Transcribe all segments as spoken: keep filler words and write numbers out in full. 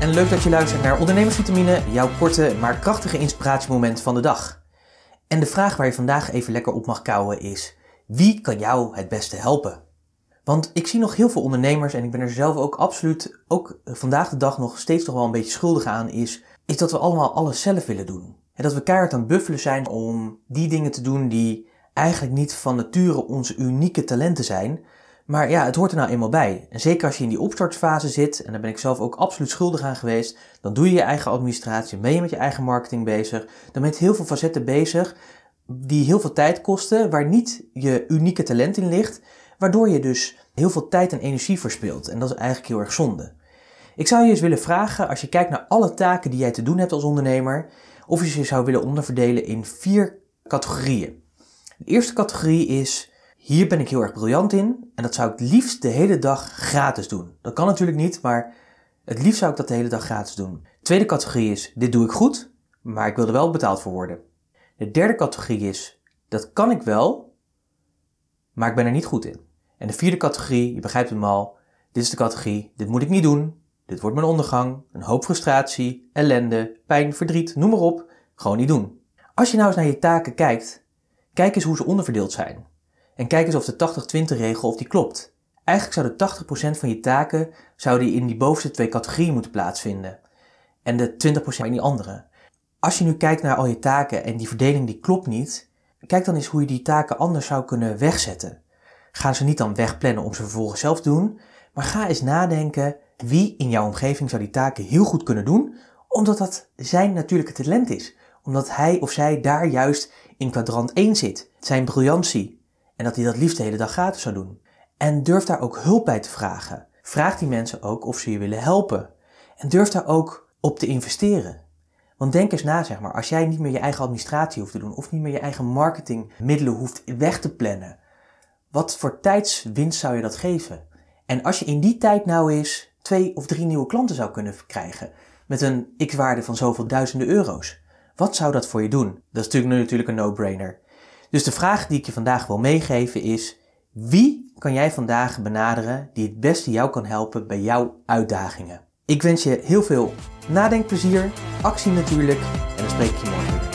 en leuk dat je luistert naar Ondernemersvitamine, jouw korte maar krachtige inspiratiemoment van de dag. En de vraag waar je vandaag even lekker op mag kouwen is: wie kan jou het beste helpen? Want ik zie nog heel veel ondernemers, en ik ben er zelf ook absoluut, ook vandaag de dag nog steeds toch wel een beetje schuldig aan, is, is dat we allemaal alles zelf willen doen. En dat we keihard aan het buffelen zijn om die dingen te doen die eigenlijk niet van nature onze unieke talenten zijn. Maar ja, het hoort er nou eenmaal bij. En zeker als je in die opstartfase zit, en daar ben ik zelf ook absoluut schuldig aan geweest, dan doe je je eigen administratie, ben je met je eigen marketing bezig, dan ben je heel veel facetten bezig die heel veel tijd kosten, waar niet je unieke talent in ligt, waardoor je dus heel veel tijd en energie verspilt. En dat is eigenlijk heel erg zonde. Ik zou je eens willen vragen, als je kijkt naar alle taken die jij te doen hebt als ondernemer, of je ze zou willen onderverdelen in vier categorieën. De eerste categorie is: hier ben ik heel erg briljant in en dat zou ik liefst de hele dag gratis doen. Dat kan natuurlijk niet, maar het liefst zou ik dat de hele dag gratis doen. De tweede categorie is: dit doe ik goed, maar ik wil er wel betaald voor worden. De derde categorie is: dat kan ik wel, maar ik ben er niet goed in. En de vierde categorie, je begrijpt hem al, dit is de categorie: dit moet ik niet doen, dit wordt mijn ondergang, een hoop frustratie, ellende, pijn, verdriet, noem maar op, gewoon niet doen. Als je nou eens naar je taken kijkt, kijk eens hoe ze onderverdeeld zijn. En kijk eens of de tachtig twintig regel of die klopt. Eigenlijk zouden tachtig procent van je taken zouden in die bovenste twee categorieën moeten plaatsvinden. En de twintig procent in die andere. Als je nu kijkt naar al je taken en die verdeling die klopt niet, kijk dan eens hoe je die taken anders zou kunnen wegzetten. Ga ze niet dan wegplannen om ze vervolgens zelf te doen, maar ga eens nadenken wie in jouw omgeving zou die taken heel goed kunnen doen, omdat dat zijn natuurlijke talent is. Omdat hij of zij daar juist in kwadrant één zit, zijn briljantie. En dat hij dat liefst de hele dag gratis zou doen. En durf daar ook hulp bij te vragen. Vraag die mensen ook of ze je willen helpen. En durf daar ook op te investeren. Want denk eens na, zeg maar, als jij niet meer je eigen administratie hoeft te doen, of niet meer je eigen marketingmiddelen hoeft weg te plannen, wat voor tijdswinst zou je dat geven? En als je in die tijd nou eens twee of drie nieuwe klanten zou kunnen krijgen, met een x-waarde van zoveel duizenden euro's, wat zou dat voor je doen? Dat is natuurlijk, natuurlijk een no-brainer. Dus de vraag die ik je vandaag wil meegeven is: wie kan jij vandaag benaderen die het beste jou kan helpen bij jouw uitdagingen? Ik wens je heel veel nadenkplezier, actie natuurlijk, en dan spreek ik je morgen weer.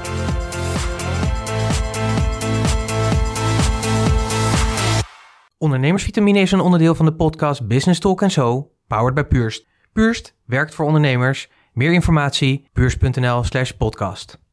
Ondernemersvitamine is een onderdeel van de podcast Business Talk en Zo, powered by Purst. Purst werkt voor ondernemers. Meer informatie, purst punt n l slash podcast.